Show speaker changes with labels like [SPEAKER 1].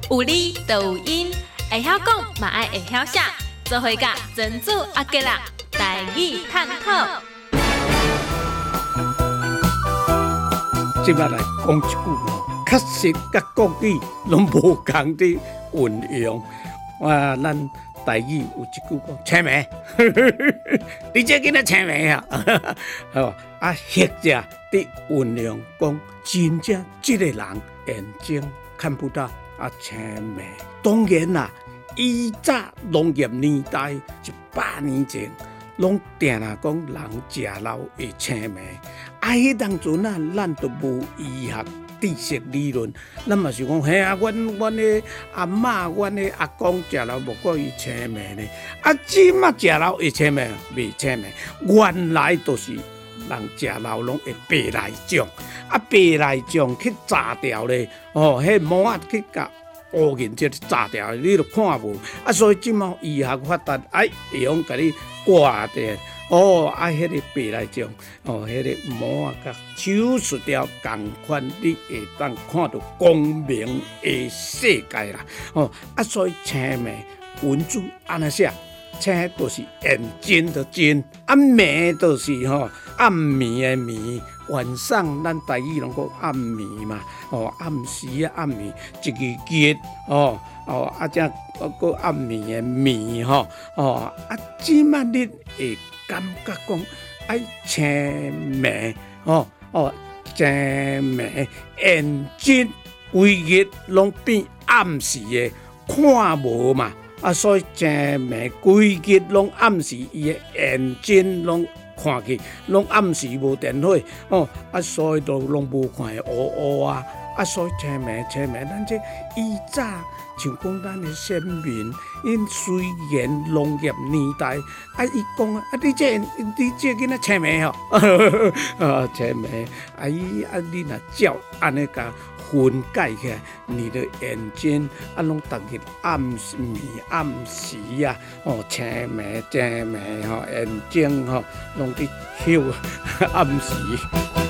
[SPEAKER 1] 有理就有因，会晓讲嘛爱会晓写，做伙甲珍珠阿吉啦，台语探讨。
[SPEAKER 2] 接下来讲一句哦，确实甲国语拢无共的运用。咱台语有一句讲青梅，你这囡仔青梅啊，好啊，或者的运用讲真正这个人眼睛看不到啊，青梅。当然啦，以早农业年代100年前，拢定啦讲人食老会青梅。迄当阵啊，咱都无医学知识理论，咱嘛是讲，嘿啊，阮的阿嬷、阮的阿公食老无过伊青梅呢。啊，即马食老会青梅，未青梅，原来都是人食老拢会白内障，啊，白内障去炸掉咧，迄毛啊去甲乌银节炸掉，你就看无。啊，所以即马医学发达，会用甲你挂掉。迄个白内障，迄个毛啊，甲手术掉共款，你会当看到光明的世界啦。所以青梅文字安怎写？青就是眼睛的睛，啊暝就是暗暝的暝。晚上咱台语拢讲暗暝嘛，暗时啊暗暝，一个月啊只个暗暝的暝即摆你会感觉讲青梅青梅，眼睛规日拢变暗时的，看无嘛。所以青梅规日拢暗时，伊的眼睛拢看去，拢暗时无电火，所以都拢无看会乌乌啊。所以青梅，咱这以早像讲咱的先民，因虽然农业年代，伊讲你这囡仔青梅青梅，你若照安尼甲分解起来，你的眼睛拢逐日暗时啊，青梅眼睛拢伫翕暗时。